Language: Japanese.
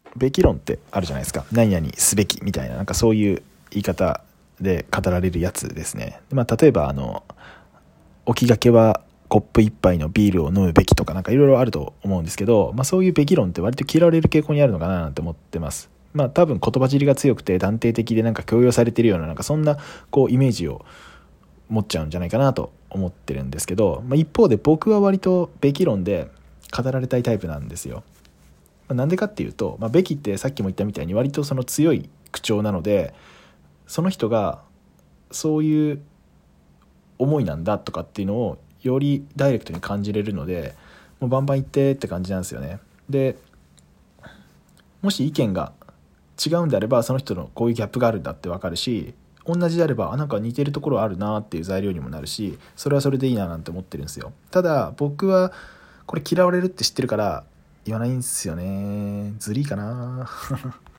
べき論ってあるじゃないですか。何々すべきみたいな、なんかそういう言い方で語られるやつですね。例えば起きがけはコップ一杯のビールを飲むべきとか、なんかいろいろあると思うんですけど、そういうべき論って割と嫌われる傾向にあるのかななんて思ってます。多分言葉尻が強くて断定的でなんか強要されてるような、なんかそんなイメージを持っちゃうんじゃないかなと思ってるんですけど、一方で僕は割とべき論で語られたいタイプなんですよ。なんでかっていうと、べきってさっきも言ったみたいに割とその強い口調なので、その人がそういう思いなんだとかっていうのをよりダイレクトに感じれるので、もうバンバン言ってって感じなんですよね。でもし意見が違うんであれば、その人のこういうギャップがあるんだって分かるし、同じであればなんか似てるところあるなっていう材料にもなるし、それはそれでいいななんて思ってるんですよ。ただ僕はこれ嫌われるって知ってるから言わないんですよね。ずりーかな